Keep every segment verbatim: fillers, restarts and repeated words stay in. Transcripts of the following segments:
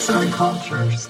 Arts and Cultures.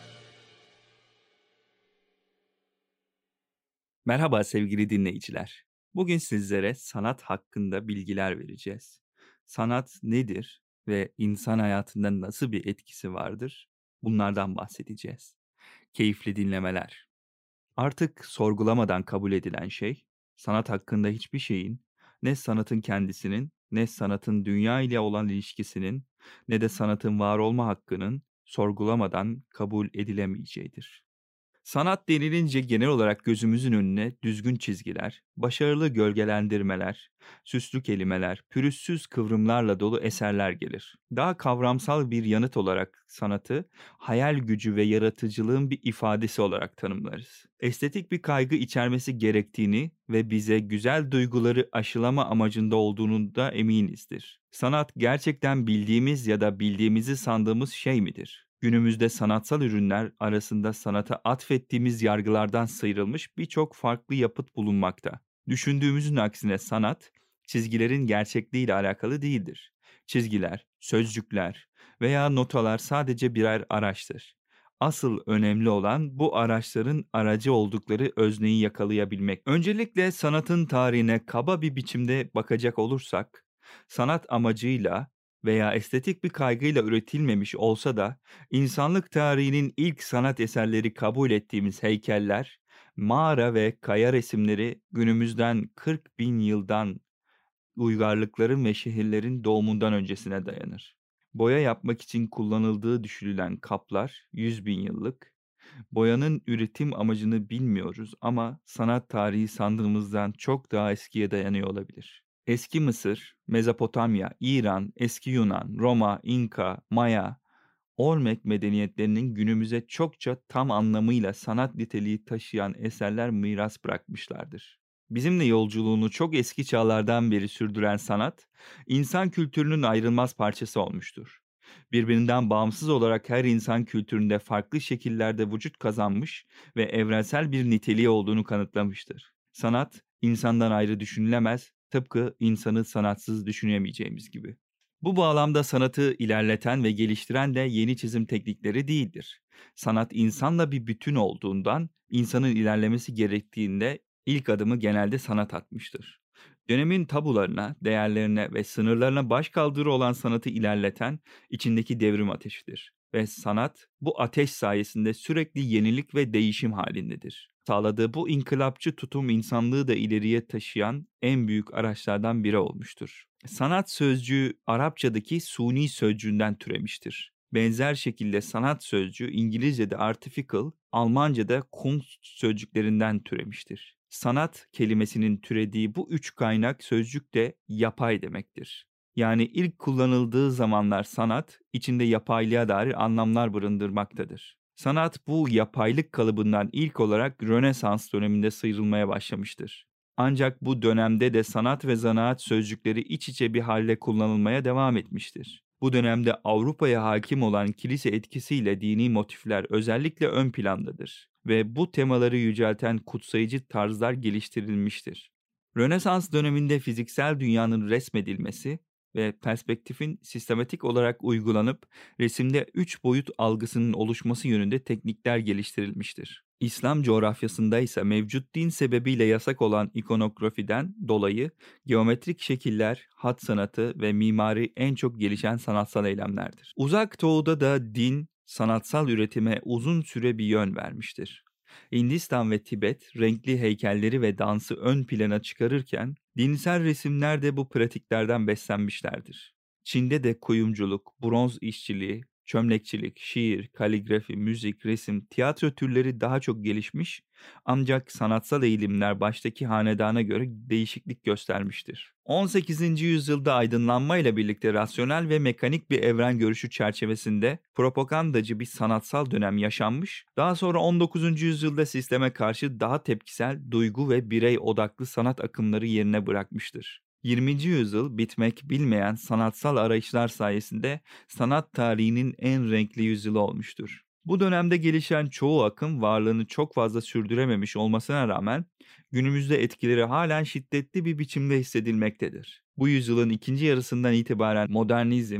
Merhaba sevgili dinleyiciler. Bugün sizlere sanat hakkında bilgiler vereceğiz. Sanat nedir ve insan hayatında nasıl bir etkisi vardır? Bunlardan bahsedeceğiz. Keyifli dinlemeler. Artık sorgulamadan kabul edilen şey, sanat hakkında hiçbir şeyin, ne sanatın kendisinin, ne sanatın dünya ile olan ilişkisinin, ne de sanatın var olma hakkının sorgulamadan kabul edilemeyeceğidir. Sanat denilince genel olarak gözümüzün önüne düzgün çizgiler, başarılı gölgelendirmeler, süslü kelimeler, pürüzsüz kıvrımlarla dolu eserler gelir. Daha kavramsal bir yanıt olarak sanatı, hayal gücü ve yaratıcılığın bir ifadesi olarak tanımlarız. Estetik bir kaygı içermesi gerektiğini ve bize güzel duyguları aşılama amacında olduğunu da eminizdir. Sanat gerçekten bildiğimiz ya da bildiğimizi sandığımız şey midir? Günümüzde sanatsal ürünler arasında sanata atfettiğimiz yargılardan sıyrılmış birçok farklı yapıt bulunmakta. Düşündüğümüzün aksine sanat, çizgilerin gerçekliğiyle alakalı değildir. Çizgiler, sözcükler veya notalar sadece birer araçtır. Asıl önemli olan bu araçların aracı oldukları özneyi yakalayabilmek. Öncelikle sanatın tarihine kaba bir biçimde bakacak olursak, sanat amacıyla veya estetik bir kaygıyla üretilmemiş olsa da insanlık tarihinin ilk sanat eserleri kabul ettiğimiz heykeller, mağara ve kaya resimleri günümüzden kırk bin yıldan uygarlıkların ve şehirlerin doğumundan öncesine dayanır. Boya yapmak için kullanıldığı düşünülen kaplar yüz bin yıllık. Boyanın üretim amacını bilmiyoruz ama sanat tarihi sandığımızdan çok daha eskiye dayanıyor olabilir. Eski Mısır, Mezopotamya, İran, Eski Yunan, Roma, İnka, Maya, Olmek medeniyetlerinin günümüze çokça tam anlamıyla sanat niteliği taşıyan eserler miras bırakmışlardır. Bizimle yolculuğunu çok eski çağlardan beri sürdüren sanat, insan kültürünün ayrılmaz parçası olmuştur. Birbirinden bağımsız olarak her insan kültüründe farklı şekillerde vücut kazanmış ve evrensel bir niteliği olduğunu kanıtlamıştır. Sanat, insandan ayrı düşünülemez, tıpkı insanı sanatsız düşünemeyeceğimiz gibi. Bu bağlamda sanatı ilerleten ve geliştiren de yeni çizim teknikleri değildir. Sanat insanla bir bütün olduğundan, insanın ilerlemesi gerektiğinde ilk adımı genelde sanat atmıştır. Dönemin tabularına, değerlerine ve sınırlarına başkaldırı olan sanatı ilerleten içindeki devrim ateşidir. Ve sanat bu ateş sayesinde sürekli yenilik ve değişim halindedir. Sağladığı bu inkılapçı tutum insanlığı da ileriye taşıyan en büyük araçlardan biri olmuştur. Sanat sözcüğü Arapçadaki suni sözcüğünden türemiştir. Benzer şekilde sanat sözcüğü İngilizce'de artificial, Almanca'da Kunst sözcüklerinden türemiştir. Sanat kelimesinin türediği bu üç kaynak sözcük de yapay demektir. Yani ilk kullanıldığı zamanlar sanat, içinde yapaylığa dair anlamlar barındırmaktadır. Sanat bu yapaylık kalıbından ilk olarak Rönesans döneminde sıyrılmaya başlamıştır. Ancak bu dönemde de sanat ve zanaat sözcükleri iç içe bir halde kullanılmaya devam etmiştir. Bu dönemde Avrupa'ya hakim olan kilise etkisiyle dini motifler özellikle ön plandadır ve bu temaları yücelten kutsayıcı tarzlar geliştirilmiştir. Rönesans döneminde fiziksel dünyanın resmedilmesi ve perspektifin sistematik olarak uygulanıp resimde üç boyut algısının oluşması yönünde teknikler geliştirilmiştir. İslam coğrafyasında ise mevcut din sebebiyle yasak olan ikonografiden dolayı geometrik şekiller, hat sanatı ve mimari en çok gelişen sanatsal eylemlerdir. Uzak Doğu'da da din, sanatsal üretime uzun süre bir yön vermiştir. Hindistan ve Tibet renkli heykelleri ve dansı ön plana çıkarırken dinsel resimler de bu pratiklerden beslenmişlerdir. Çin'de de kuyumculuk, bronz işçiliği, çömlekçilik, şiir, kaligrafi, müzik, resim, tiyatro türleri daha çok gelişmiş ancak sanatsal eğilimler baştaki hanedana göre değişiklik göstermiştir. on sekizinci yüzyılda aydınlanma ile birlikte rasyonel ve mekanik bir evren görüşü çerçevesinde propagandacı bir sanatsal dönem yaşanmış, daha sonra on dokuzuncu yüzyılda sisteme karşı daha tepkisel, duygu ve birey odaklı sanat akımları yerine bırakmıştır. yirminci yüzyıl bitmek bilmeyen sanatsal arayışlar sayesinde sanat tarihinin en renkli yüzyılı olmuştur. Bu dönemde gelişen çoğu akım varlığını çok fazla sürdürememiş olmasına rağmen günümüzde etkileri halen şiddetli bir biçimde hissedilmektedir. Bu yüzyılın ikinci yarısından itibaren modernizm,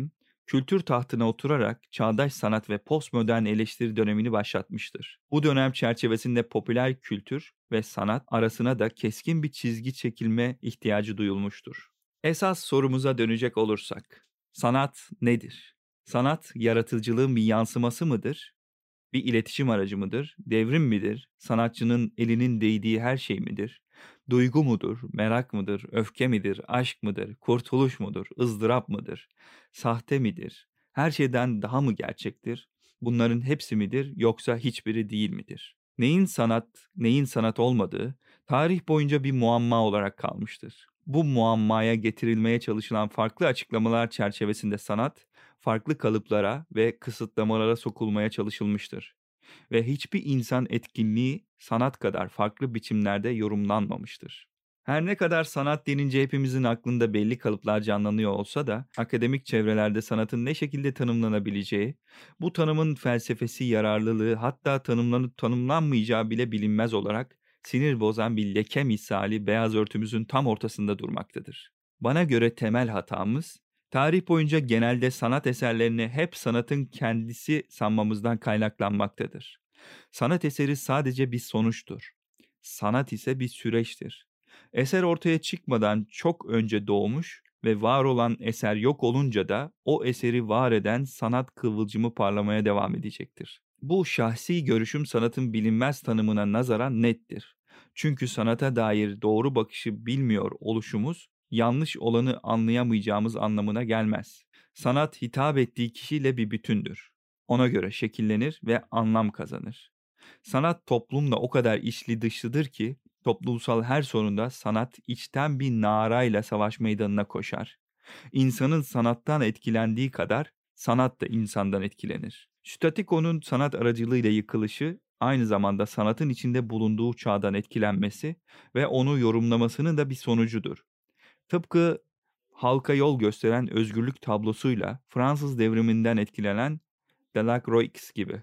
Kültür tahtına oturarak çağdaş sanat ve postmodern eleştiri dönemini başlatmıştır. Bu dönem çerçevesinde popüler kültür ve sanat arasına da keskin bir çizgi çekilme ihtiyacı duyulmuştur. Esas sorumuza dönecek olursak, sanat nedir? Sanat, yaratıcılığın bir yansıması mıdır? Bir iletişim aracı mıdır? Devrim midir? Sanatçının elinin değdiği her şey midir? Duygu mudur? Merak mıdır? Öfke midir? Aşk mıdır? Kurtuluş mudur? ızdırap mıdır? Sahte midir? Her şeyden daha mı gerçektir? Bunların hepsi midir yoksa hiçbiri değil midir? Neyin sanat, neyin sanat olmadığı tarih boyunca bir muamma olarak kalmıştır. Bu muammaya getirilmeye çalışılan farklı açıklamalar çerçevesinde sanat, farklı kalıplara ve kısıtlamalara sokulmaya çalışılmıştır ve hiçbir insan etkinliği sanat kadar farklı biçimlerde yorumlanmamıştır. Her ne kadar sanat denince hepimizin aklında belli kalıplar canlanıyor olsa da akademik çevrelerde sanatın ne şekilde tanımlanabileceği, bu tanımın felsefesi, yararlılığı hatta tanımlanıp tanımlanmayacağı bile bilinmez olarak sinir bozan bir leke misali beyaz örtümüzün tam ortasında durmaktadır. Bana göre temel hatamız, tarih boyunca genelde sanat eserlerini hep sanatın kendisi sanmamızdan kaynaklanmaktadır. Sanat eseri sadece bir sonuçtur. Sanat ise bir süreçtir. Eser ortaya çıkmadan çok önce doğmuş ve var olan eser yok olunca da o eseri var eden sanat kıvılcımı parlamaya devam edecektir. Bu şahsi görüşüm sanatın bilinmez tanımına nazaran nettir. Çünkü sanata dair doğru bakışı bilmiyor oluşumuz yanlış olanı anlayamayacağımız anlamına gelmez. Sanat hitap ettiği kişiyle bir bütündür. Ona göre şekillenir ve anlam kazanır. Sanat toplumla o kadar içli dışlıdır ki toplumsal her sorunda sanat içten bir narayla savaş meydanına koşar. İnsanın sanattan etkilendiği kadar sanat da insandan etkilenir. Statiko'nun sanat aracılığıyla yıkılışı aynı zamanda sanatın içinde bulunduğu çağdan etkilenmesi ve onu yorumlamasının da bir sonucudur. Tıpkı halka yol gösteren özgürlük tablosuyla Fransız devriminden etkilenen Delacroix gibi.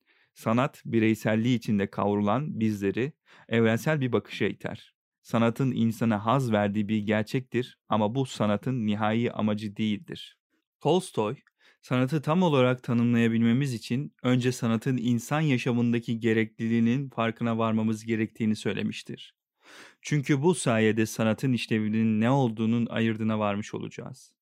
Sanat, bireyselliği içinde kavrulan bizleri evrensel bir bakışa iter. Sanatın insana haz verdiği bir gerçektir ama bu sanatın nihai amacı değildir. Tolstoy, sanatı tam olarak tanımlayabilmemiz için önce sanatın insan yaşamındaki gerekliliğinin farkına varmamız gerektiğini söylemiştir. Çünkü bu sayede sanatın işlevinin ne olduğunun ayırdına varmış olacağız.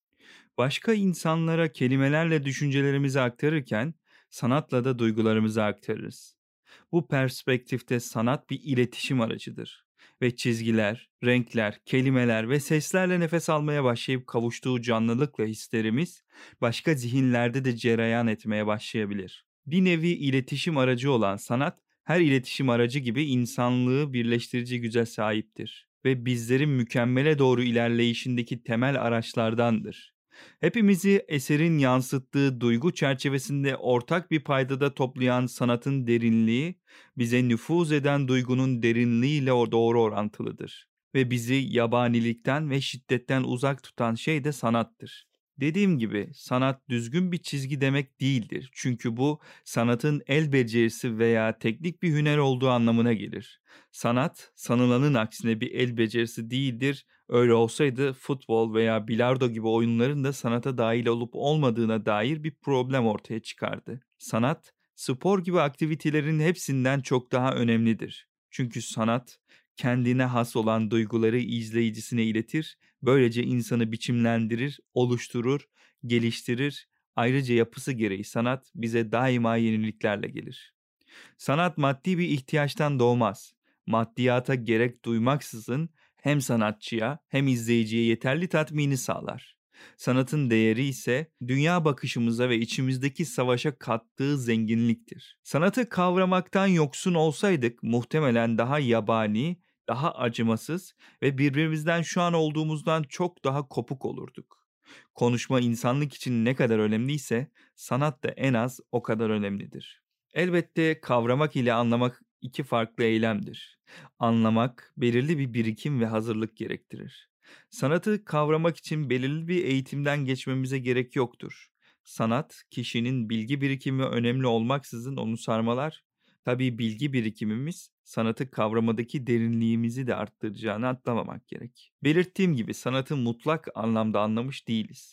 Başka insanlara kelimelerle düşüncelerimizi aktarırken sanatla da duygularımızı aktarırız. Bu perspektifte sanat bir iletişim aracıdır ve çizgiler, renkler, kelimeler ve seslerle nefes almaya başlayıp kavuştuğu canlılıkla hislerimiz başka zihinlerde de cereyan etmeye başlayabilir. Bir nevi iletişim aracı olan sanat, her iletişim aracı gibi insanlığı birleştirici güce sahiptir ve bizlerin mükemmele doğru ilerleyişindeki temel araçlardandır. Hepimizi eserin yansıttığı duygu çerçevesinde ortak bir paydada toplayan sanatın derinliği, bize nüfuz eden duygunun derinliğiyle o- doğru orantılıdır. Ve bizi yabanilikten ve şiddetten uzak tutan şey de sanattır. Dediğim gibi sanat düzgün bir çizgi demek değildir. Çünkü bu sanatın el becerisi veya teknik bir hüner olduğu anlamına gelir. Sanat, sanılanın aksine bir el becerisi değildir. Öyle olsaydı futbol veya bilardo gibi oyunların da sanata dahil olup olmadığına dair bir problem ortaya çıkardı. Sanat, spor gibi aktivitelerin hepsinden çok daha önemlidir. Çünkü sanat, kendine has olan duyguları izleyicisine iletir, böylece insanı biçimlendirir, oluşturur, geliştirir. Ayrıca yapısı gereği sanat bize daima yeniliklerle gelir. Sanat maddi bir ihtiyaçtan doğmaz. Maddiyata gerek duymaksızın hem sanatçıya hem izleyiciye yeterli tatmini sağlar. Sanatın değeri ise dünya bakışımıza ve içimizdeki savaşa kattığı zenginliktir. Sanatı kavramaktan yoksun olsaydık muhtemelen daha yabani, daha acımasız ve birbirimizden şu an olduğumuzdan çok daha kopuk olurduk. Konuşma insanlık için ne kadar önemliyse sanat da en az o kadar önemlidir. Elbette kavramak ile anlamak iki farklı eylemdir. Anlamak belirli bir birikim ve hazırlık gerektirir. Sanatı kavramak için belirli bir eğitimden geçmemize gerek yoktur. Sanat, kişinin bilgi birikimi önemli olmaksızın onu sarmalar. Tabii bilgi birikimimiz sanatı kavramadaki derinliğimizi de arttıracağını atlamamak gerek. Belirttiğim gibi sanatı mutlak anlamda anlamış değiliz.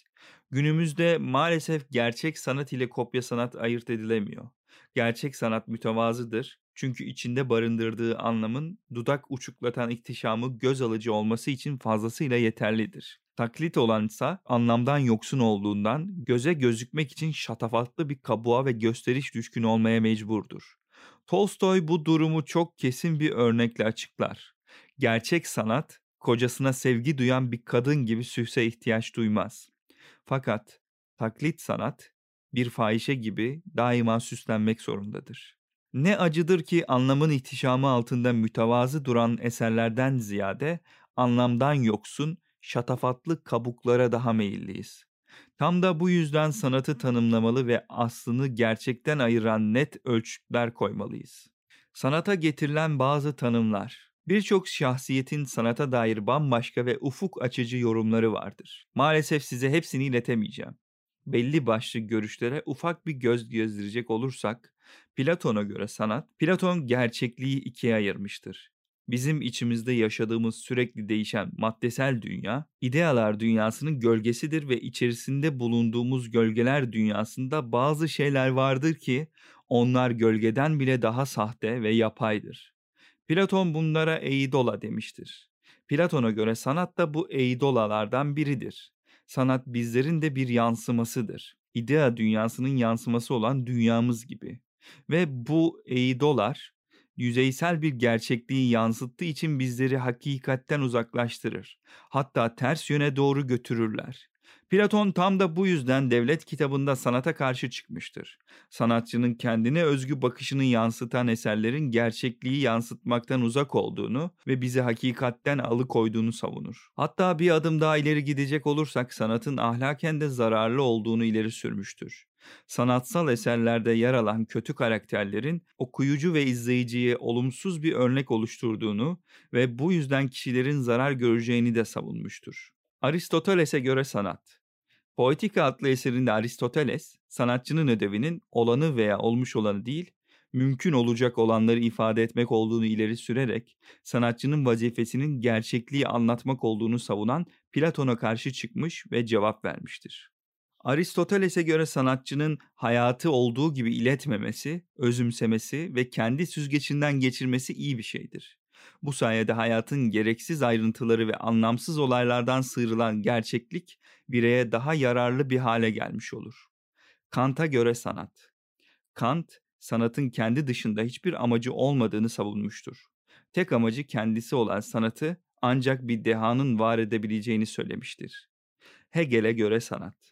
Günümüzde maalesef gerçek sanat ile kopya sanat ayırt edilemiyor. Gerçek sanat mütevazıdır çünkü içinde barındırdığı anlamın dudak uçuklatan ihtişamı göz alıcı olması için fazlasıyla yeterlidir. Taklit olansa anlamdan yoksun olduğundan göze gözükmek için şatafatlı bir kabuğa ve gösteriş düşkünü olmaya mecburdur. Tolstoy bu durumu çok kesin bir örnekle açıklar. Gerçek sanat, kocasına sevgi duyan bir kadın gibi süse ihtiyaç duymaz. Fakat taklit sanat bir fahişe gibi daima süslenmek zorundadır. Ne acıdır ki anlamın ihtişamı altında mütevazı duran eserlerden ziyade anlamdan yoksun, şatafatlı kabuklara daha meyilliyiz. Tam da bu yüzden sanatı tanımlamalı ve aslını gerçekten ayıran net ölçütler koymalıyız. Sanata getirilen bazı tanımlar. Birçok şahsiyetin sanata dair bambaşka ve ufuk açıcı yorumları vardır. Maalesef size hepsini iletemeyeceğim. Belli başlı görüşlere ufak bir göz gezdirecek olursak, Platon'a göre sanat, Platon gerçekliği ikiye ayırmıştır. Bizim içimizde yaşadığımız sürekli değişen maddesel dünya, idealar dünyasının gölgesidir ve içerisinde bulunduğumuz gölgeler dünyasında bazı şeyler vardır ki onlar gölgeden bile daha sahte ve yapaydır. Platon bunlara eidola demiştir. Platon'a göre sanat da bu eidolalardan biridir. Sanat bizlerin de bir yansımasıdır. İdea dünyasının yansıması olan dünyamız gibi. Ve bu eidolar yüzeysel bir gerçekliği yansıttığı için bizleri hakikatten uzaklaştırır. Hatta ters yöne doğru götürürler. Platon tam da bu yüzden Devlet kitabında sanata karşı çıkmıştır. Sanatçının kendine özgü bakışını yansıtan eserlerin gerçekliği yansıtmaktan uzak olduğunu ve bizi hakikatten alıkoyduğunu savunur. Hatta bir adım daha ileri gidecek olursak sanatın ahlaken de zararlı olduğunu ileri sürmüştür. Sanatsal eserlerde yer alan kötü karakterlerin okuyucu ve izleyiciye olumsuz bir örnek oluşturduğunu ve bu yüzden kişilerin zarar göreceğini de savunmuştur. Aristoteles'e göre sanat. Poetika adlı eserinde Aristoteles, sanatçının ödevinin olanı veya olmuş olanı değil, mümkün olacak olanları ifade etmek olduğunu ileri sürerek, sanatçının vazifesinin gerçekliği anlatmak olduğunu savunan Platon'a karşı çıkmış ve cevap vermiştir. Aristoteles'e göre sanatçının hayatı olduğu gibi iletmemesi, özümsemesi ve kendi süzgecinden geçirmesi iyi bir şeydir. Bu sayede hayatın gereksiz ayrıntıları ve anlamsız olaylardan sıyrılan gerçeklik bireye daha yararlı bir hale gelmiş olur. Kant'a göre sanat. Kant, sanatın kendi dışında hiçbir amacı olmadığını savunmuştur. Tek amacı kendisi olan sanatı ancak bir dehanın var edebileceğini söylemiştir. Hegel'e göre sanat.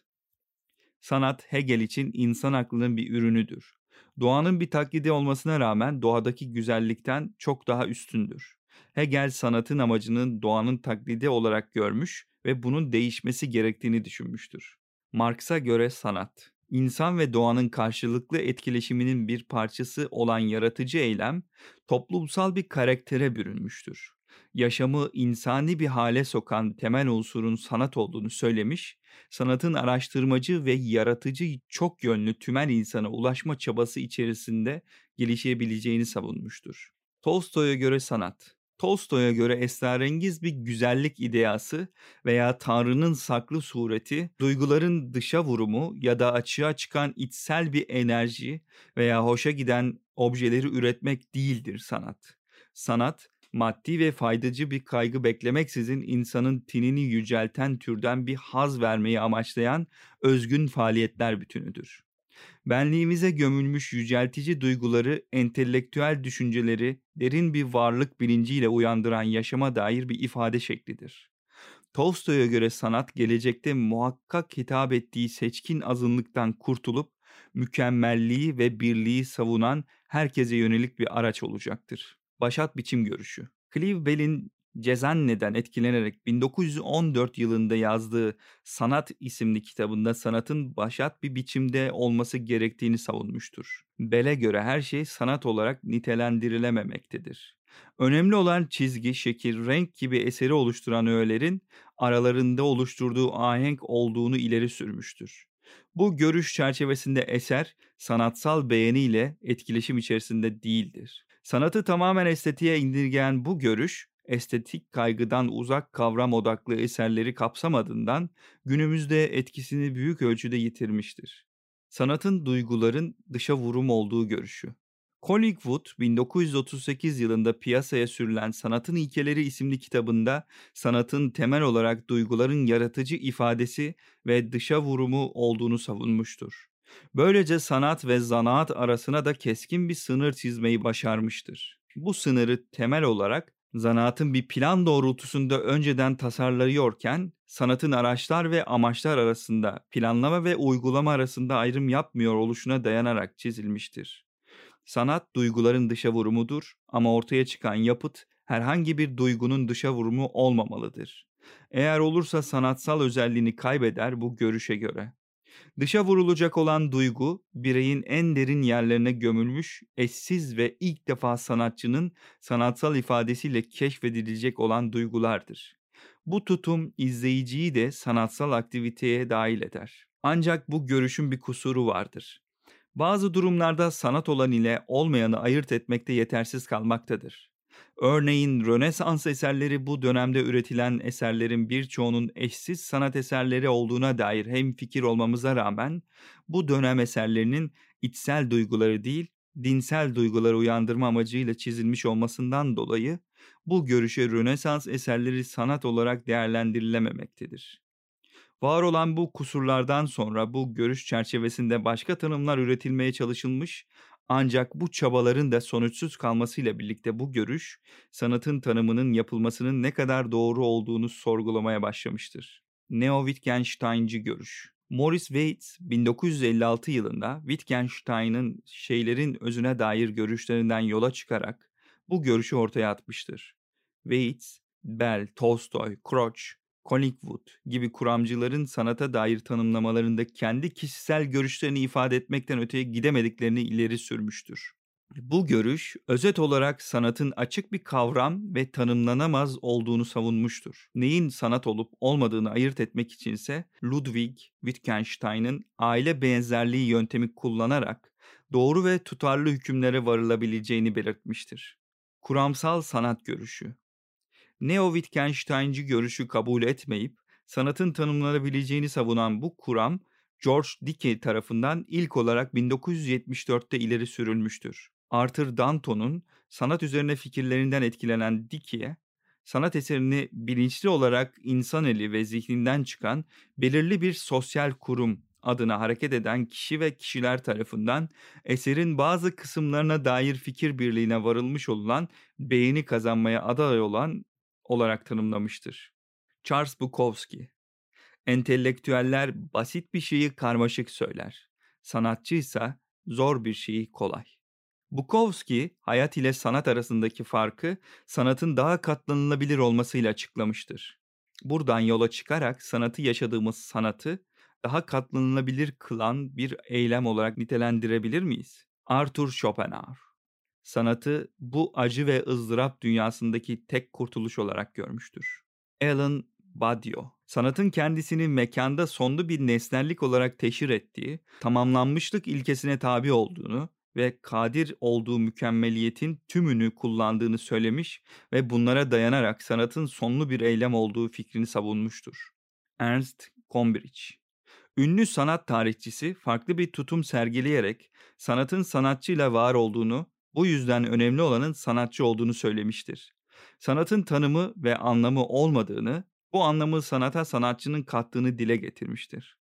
Sanat Hegel için insan aklının bir ürünüdür. Doğanın bir taklidi olmasına rağmen doğadaki güzellikten çok daha üstündür. Hegel sanatın amacının doğanın taklidi olarak görmüş ve bunun değişmesi gerektiğini düşünmüştür. Marx'a göre sanat, insan ve doğanın karşılıklı etkileşiminin bir parçası olan yaratıcı eylem, toplumsal bir karaktere bürünmüştür. Yaşamı insani bir hale sokan temel unsurun sanat olduğunu söylemiş, sanatın araştırmacı ve yaratıcı çok yönlü tümel insana ulaşma çabası içerisinde gelişebileceğini savunmuştur. Tolstoy'a göre sanat, Tolstoy'a göre esrarengiz bir güzellik ideası veya Tanrı'nın saklı sureti, duyguların dışa vurumu ya da açığa çıkan içsel bir enerji veya hoşa giden objeleri üretmek değildir sanat. Sanat, maddi ve faydacı bir kaygı beklemeksizin insanın tinini yücelten türden bir haz vermeyi amaçlayan özgün faaliyetler bütünüdür. Benliğimize gömülmüş yüceltici duyguları, entelektüel düşünceleri derin bir varlık bilinciyle uyandıran yaşama dair bir ifade şeklidir. Tolstoy'a göre sanat gelecekte muhakkak hitap ettiği seçkin azınlıktan kurtulup mükemmelliği ve birliği savunan herkese yönelik bir araç olacaktır. Başat biçim görüşü. Clive Bell'in Cezanne'den etkilenerek bin dokuz yüz on dört yılında yazdığı Sanat isimli kitabında sanatın başat bir biçimde olması gerektiğini savunmuştur. Bell'e göre her şey sanat olarak nitelendirilememektedir. Önemli olan çizgi, şekil, renk gibi eseri oluşturan öğelerin aralarında oluşturduğu ahenk olduğunu ileri sürmüştür. Bu görüş çerçevesinde eser, sanatsal beğeniyle etkileşim içerisinde değildir. Sanatı tamamen estetiğe indirgeyen bu görüş, estetik kaygıdan uzak kavram odaklı eserleri kapsamadığından günümüzde etkisini büyük ölçüde yitirmiştir. Sanatın duyguların dışa vurum olduğu görüşü. Collingwood bin dokuz yüz otuz sekiz yılında piyasaya sürülen Sanatın İlkeleri isimli kitabında sanatın temel olarak duyguların yaratıcı ifadesi ve dışa vurumu olduğunu savunmuştur. Böylece sanat ve zanaat arasına da keskin bir sınır çizmeyi başarmıştır. Bu sınırı temel olarak zanaatın bir plan doğrultusunda önceden tasarlıyorken sanatın araçlar ve amaçlar arasında planlama ve uygulama arasında ayrım yapmıyor oluşuna dayanarak çizilmiştir. Sanat duyguların dışa vurumudur ama ortaya çıkan yapıt herhangi bir duygunun dışa vurumu olmamalıdır. Eğer olursa sanatsal özelliğini kaybeder bu görüşe göre. Dışa vurulacak olan duygu, bireyin en derin yerlerine gömülmüş, eşsiz ve ilk defa sanatçının sanatsal ifadesiyle keşfedilecek olan duygulardır. Bu tutum izleyiciyi de sanatsal aktiviteye dahil eder. Ancak bu görüşün bir kusuru vardır. Bazı durumlarda sanat olan ile olmayanı ayırt etmekte yetersiz kalmaktadır. Örneğin Rönesans eserleri bu dönemde üretilen eserlerin birçoğunun eşsiz sanat eserleri olduğuna dair hemfikir olmamıza rağmen bu dönem eserlerinin içsel duyguları değil, dinsel duyguları uyandırma amacıyla çizilmiş olmasından dolayı bu görüşe Rönesans eserleri sanat olarak değerlendirilememektedir. Var olan bu kusurlardan sonra bu görüş çerçevesinde başka tanımlar üretilmeye çalışılmış ancak bu çabaların da sonuçsuz kalmasıyla birlikte bu görüş sanatın tanımının yapılmasının ne kadar doğru olduğunu sorgulamaya başlamıştır. Neo-Wittgensteinci görüş. Morris Weitz bin dokuz yüz elli altı yılında Wittgenstein'ın şeylerin özüne dair görüşlerinden yola çıkarak bu görüşü ortaya atmıştır. Weitz, Bell, Tolstoy, Crouch, Collingwood gibi kuramcıların sanata dair tanımlamalarında kendi kişisel görüşlerini ifade etmekten öteye gidemediklerini ileri sürmüştür. Bu görüş, özet olarak sanatın açık bir kavram ve tanımlanamaz olduğunu savunmuştur. Neyin sanat olup olmadığını ayırt etmek içinse Ludwig Wittgenstein'ın aile benzerliği yöntemi kullanarak doğru ve tutarlı hükümlere varılabileceğini belirtmiştir. Kuramsal sanat görüşü. Neo-Wittgensteinci görüşü kabul etmeyip sanatın tanımlanabileceğini savunan bu kuram, George Dickey tarafından ilk olarak bin dokuz yüz yetmiş dörtte ileri sürülmüştür. Arthur Danton'un sanat üzerine fikirlerinden etkilenen Dickey'e, sanat eserini bilinçli olarak insan eli ve zihninden çıkan belirli bir sosyal kurum adına hareket eden kişi ve kişiler tarafından eserin bazı kısımlarına dair fikir birliğine varılmış olunan beğeni kazanmaya aday olan olarak tanımlamıştır. Charles Bukowski, entelektüeller basit bir şeyi karmaşık söyler. Sanatçıysa zor bir şeyi kolay. Bukowski, hayat ile sanat arasındaki farkı sanatın daha katlanılabilir olmasıyla açıklamıştır. Buradan yola çıkarak sanatı yaşadığımız sanatı daha katlanılabilir kılan bir eylem olarak nitelendirebilir miyiz? Arthur Schopenhauer sanatı bu acı ve ızdırap dünyasındaki tek kurtuluş olarak görmüştür. Alan Badiou, sanatın kendisini mekanda sonlu bir nesnellik olarak teşhir ettiği, tamamlanmışlık ilkesine tabi olduğunu ve kadir olduğu mükemmeliyetin tümünü kullandığını söylemiş ve bunlara dayanarak sanatın sonlu bir eylem olduğu fikrini savunmuştur. Ernst Gombrich, ünlü sanat tarihçisi farklı bir tutum sergileyerek sanatın sanatçıyla var olduğunu, bu yüzden önemli olanın sanatçı olduğunu söylemiştir. Sanatın tanımı ve anlamı olmadığını, bu anlamı sanata sanatçının kattığını dile getirmiştir.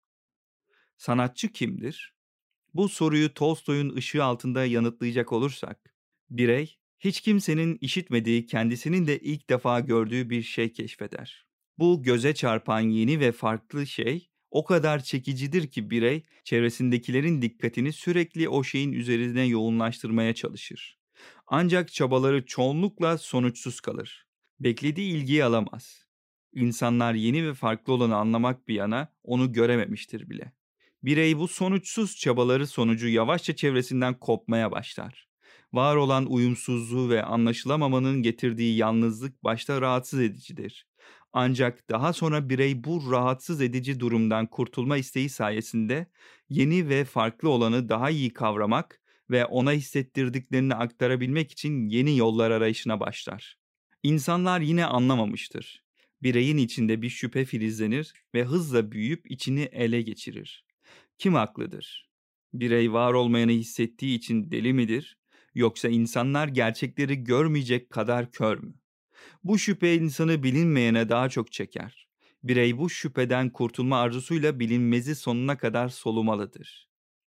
Sanatçı kimdir? Bu soruyu Tolstoy'un ışığı altında yanıtlayacak olursak, birey, hiç kimsenin işitmediği, kendisinin de ilk defa gördüğü bir şey keşfeder. Bu göze çarpan yeni ve farklı şey, o kadar çekicidir ki birey, çevresindekilerin dikkatini sürekli o şeyin üzerine yoğunlaştırmaya çalışır. Ancak çabaları çoğunlukla sonuçsuz kalır. Beklediği ilgiyi alamaz. İnsanlar yeni ve farklı olanı anlamak bir yana onu görememiştir bile. Birey bu sonuçsuz çabaları sonucu yavaşça çevresinden kopmaya başlar. Var olan uyumsuzluğu ve anlaşılamamanın getirdiği yalnızlık başta rahatsız edicidir. Ancak daha sonra birey bu rahatsız edici durumdan kurtulma isteği sayesinde yeni ve farklı olanı daha iyi kavramak ve ona hissettirdiklerini aktarabilmek için yeni yollar arayışına başlar. İnsanlar yine anlamamıştır. Bireyin içinde bir şüphe filizlenir ve hızla büyüyüp içini ele geçirir. Kim haklıdır? Birey var olmayanı hissettiği için deli midir? Yoksa insanlar gerçekleri görmeyecek kadar kör mü? Bu şüphe insanı bilinmeyene daha çok çeker. Birey bu şüpheden kurtulma arzusuyla bilinmezi sonuna kadar solumalıdır.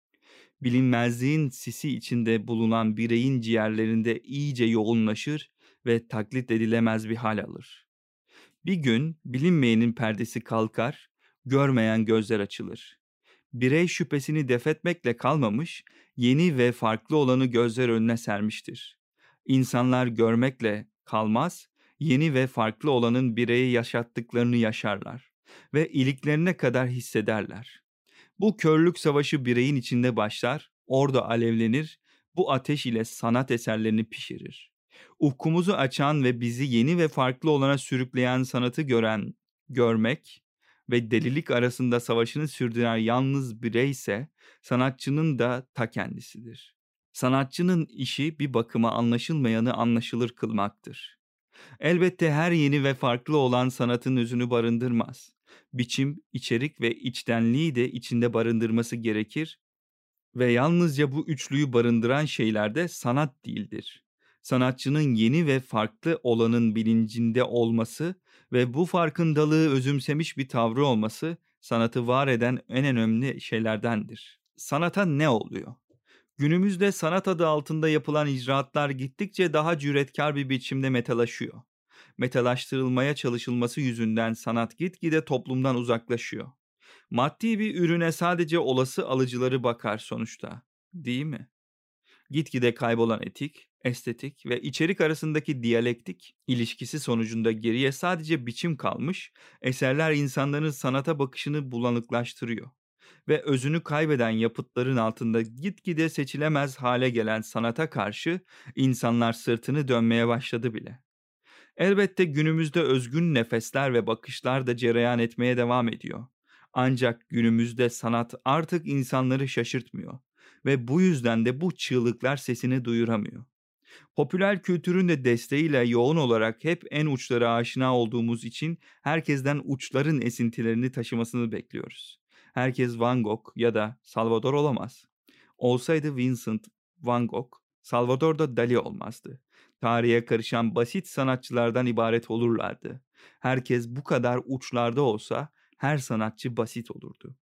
Bilinmezliğin sisi içinde bulunan bireyin ciğerlerinde iyice yoğunlaşır ve taklit edilemez bir hal alır. Bir gün bilinmeyenin perdesi kalkar, görmeyen gözler açılır. Birey şüphesini defetmekle kalmamış, yeni ve farklı olanı gözler önüne sermiştir. İnsanlar görmekle kalmaz, yeni ve farklı olanın bireye yaşattıklarını yaşarlar ve iliklerine kadar hissederler. Bu körlük savaşı bireyin içinde başlar, orada alevlenir, bu ateş ile sanat eserlerini pişirir. Ufkumuzu açan ve bizi yeni ve farklı olana sürükleyen sanatı gören, görmek ve delilik arasında savaşını sürdüren yalnız birey ise sanatçının da ta kendisidir. Sanatçının işi bir bakıma anlaşılmayanı anlaşılır kılmaktır. Elbette her yeni ve farklı olan sanatın özünü barındırmaz. Biçim, içerik ve içtenliği de içinde barındırması gerekir ve yalnızca bu üçlüyü barındıran şeyler de sanat değildir. Sanatçının yeni ve farklı olanın bilincinde olması ve bu farkındalığı özümsemiş bir tavrı olması sanatı var eden en önemli şeylerdendir. Sanata ne oluyor? Günümüzde sanat adı altında yapılan icraatlar gittikçe daha cüretkar bir biçimde metalaşıyor. Metalaştırılmaya çalışılması yüzünden sanat gitgide toplumdan uzaklaşıyor. Maddi bir ürüne sadece olası alıcıları bakar sonuçta, değil mi? Gitgide kaybolan etik, estetik ve içerik arasındaki diyalektik ilişkisi sonucunda geriye sadece biçim kalmış, eserler insanların sanata bakışını bulanıklaştırıyor ve özünü kaybeden yapıtların altında gitgide seçilemez hale gelen sanata karşı insanlar sırtını dönmeye başladı bile. Elbette günümüzde özgün nefesler ve bakışlar da cereyan etmeye devam ediyor. Ancak günümüzde sanat artık insanları şaşırtmıyor ve bu yüzden de bu çığlıklar sesini duyuramıyor. Popüler kültürün de desteğiyle yoğun olarak hep en uçlara aşina olduğumuz için herkesten uçların esintilerini taşımasını bekliyoruz. Herkes Van Gogh ya da Salvador olamaz. Olsaydı Vincent van Gogh, Salvador da Dali olmazdı. Tarihe karışan basit sanatçılardan ibaret olurlardı. Herkes bu kadar uçlarda olsa her sanatçı basit olurdu.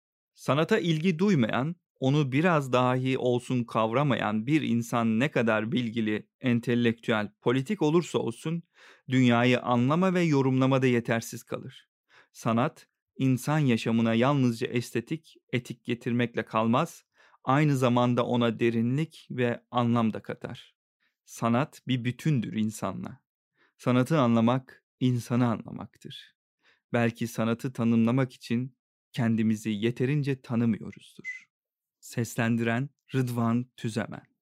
Sanata ilgi duymayan, onu biraz dahi olsun kavramayan bir insan ne kadar bilgili, entelektüel, politik olursa olsun, dünyayı anlama ve yorumlamada yetersiz kalır. Sanat, insan yaşamına yalnızca estetik, etik getirmekle kalmaz, aynı zamanda ona derinlik ve anlam da katar. Sanat bir bütündür insanla. Sanatı anlamak, insanı anlamaktır. Belki sanatı tanımlamak için kendimizi yeterince tanımıyoruzdur. Seslendiren Rıdvan Tüzemen.